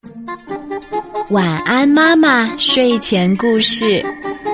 晚安妈妈睡前故事。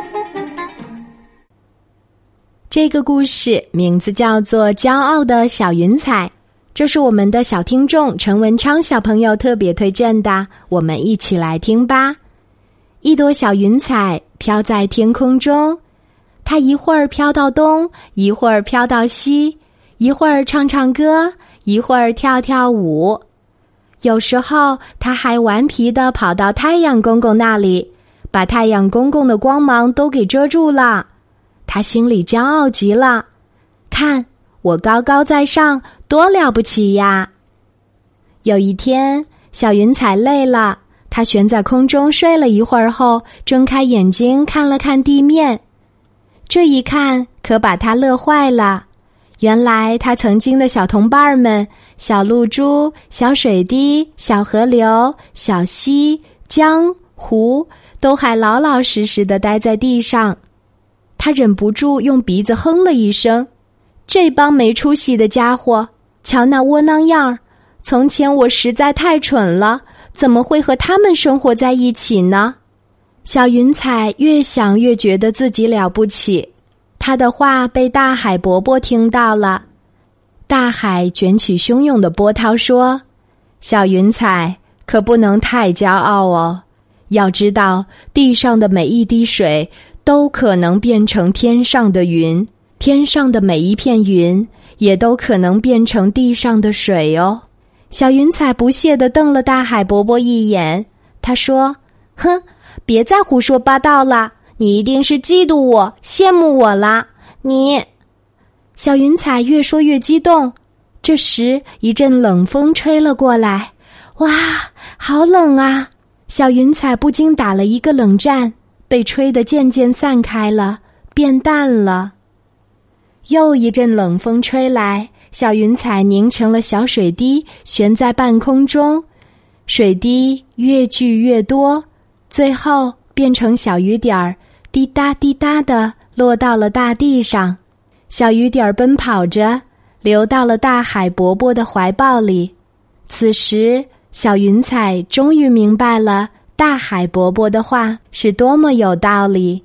这个故事名字叫做《骄傲的小云彩》，这是我们的小听众陈文昌小朋友特别推荐的，我们一起来听吧。一朵小云彩飘在天空中，它一会儿飘到东，一会儿飘到西，一会儿唱唱歌，一会儿跳跳舞。有时候它还顽皮地跑到太阳公公那里，把太阳公公的光芒都给遮住了。他心里骄傲极了，看，我高高在上，多了不起呀！有一天，小云彩累了，它悬在空中睡了一会儿后，睁开眼睛看了看地面。这一看，可把它乐坏了。原来它曾经的小同伴们，小露珠、小水滴、小河流、小溪、江、湖，都还老老实实地待在地上。他忍不住用鼻子哼了一声，这帮没出息的家伙，瞧那窝囊样儿！从前我实在太蠢了，怎么会和他们生活在一起呢？小云彩越想越觉得自己了不起，他的话被大海伯伯听到了。大海卷起汹涌的波涛说：小云彩，可不能太骄傲哦，要知道地上的每一滴水都可能变成天上的云，天上的每一片云也都可能变成地上的水哦。小云彩不屑地瞪了大海伯伯一眼，他说：哼，别再胡说八道了，你一定是嫉妒我，羡慕我啦，你。小云彩越说越激动，这时一阵冷风吹了过来，哇，好冷啊！小云彩不禁打了一个冷战，被吹得渐渐散开了，变淡了。又一阵冷风吹来，小云彩凝成了小水滴，悬在半空中，水滴越聚越多，最后变成小雨点儿，滴答滴答地落到了大地上。小雨点儿奔跑着，流到了大海伯伯的怀抱里。此时，小云彩终于明白了大海伯伯的话是多么有道理。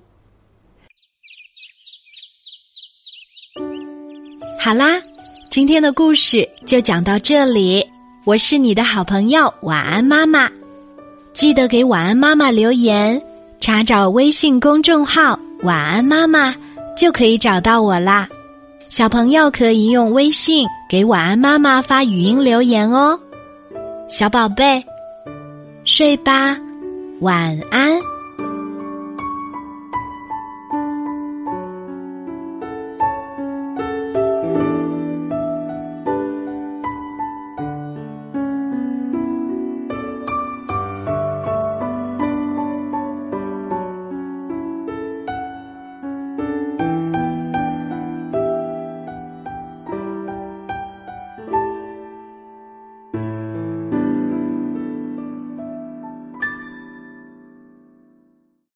好啦，今天的故事就讲到这里，我是你的好朋友晚安妈妈。记得给晚安妈妈留言，查找微信公众号晚安妈妈就可以找到我啦。小朋友可以用微信给晚安妈妈发语音留言哦。小宝贝，睡吧，晚安。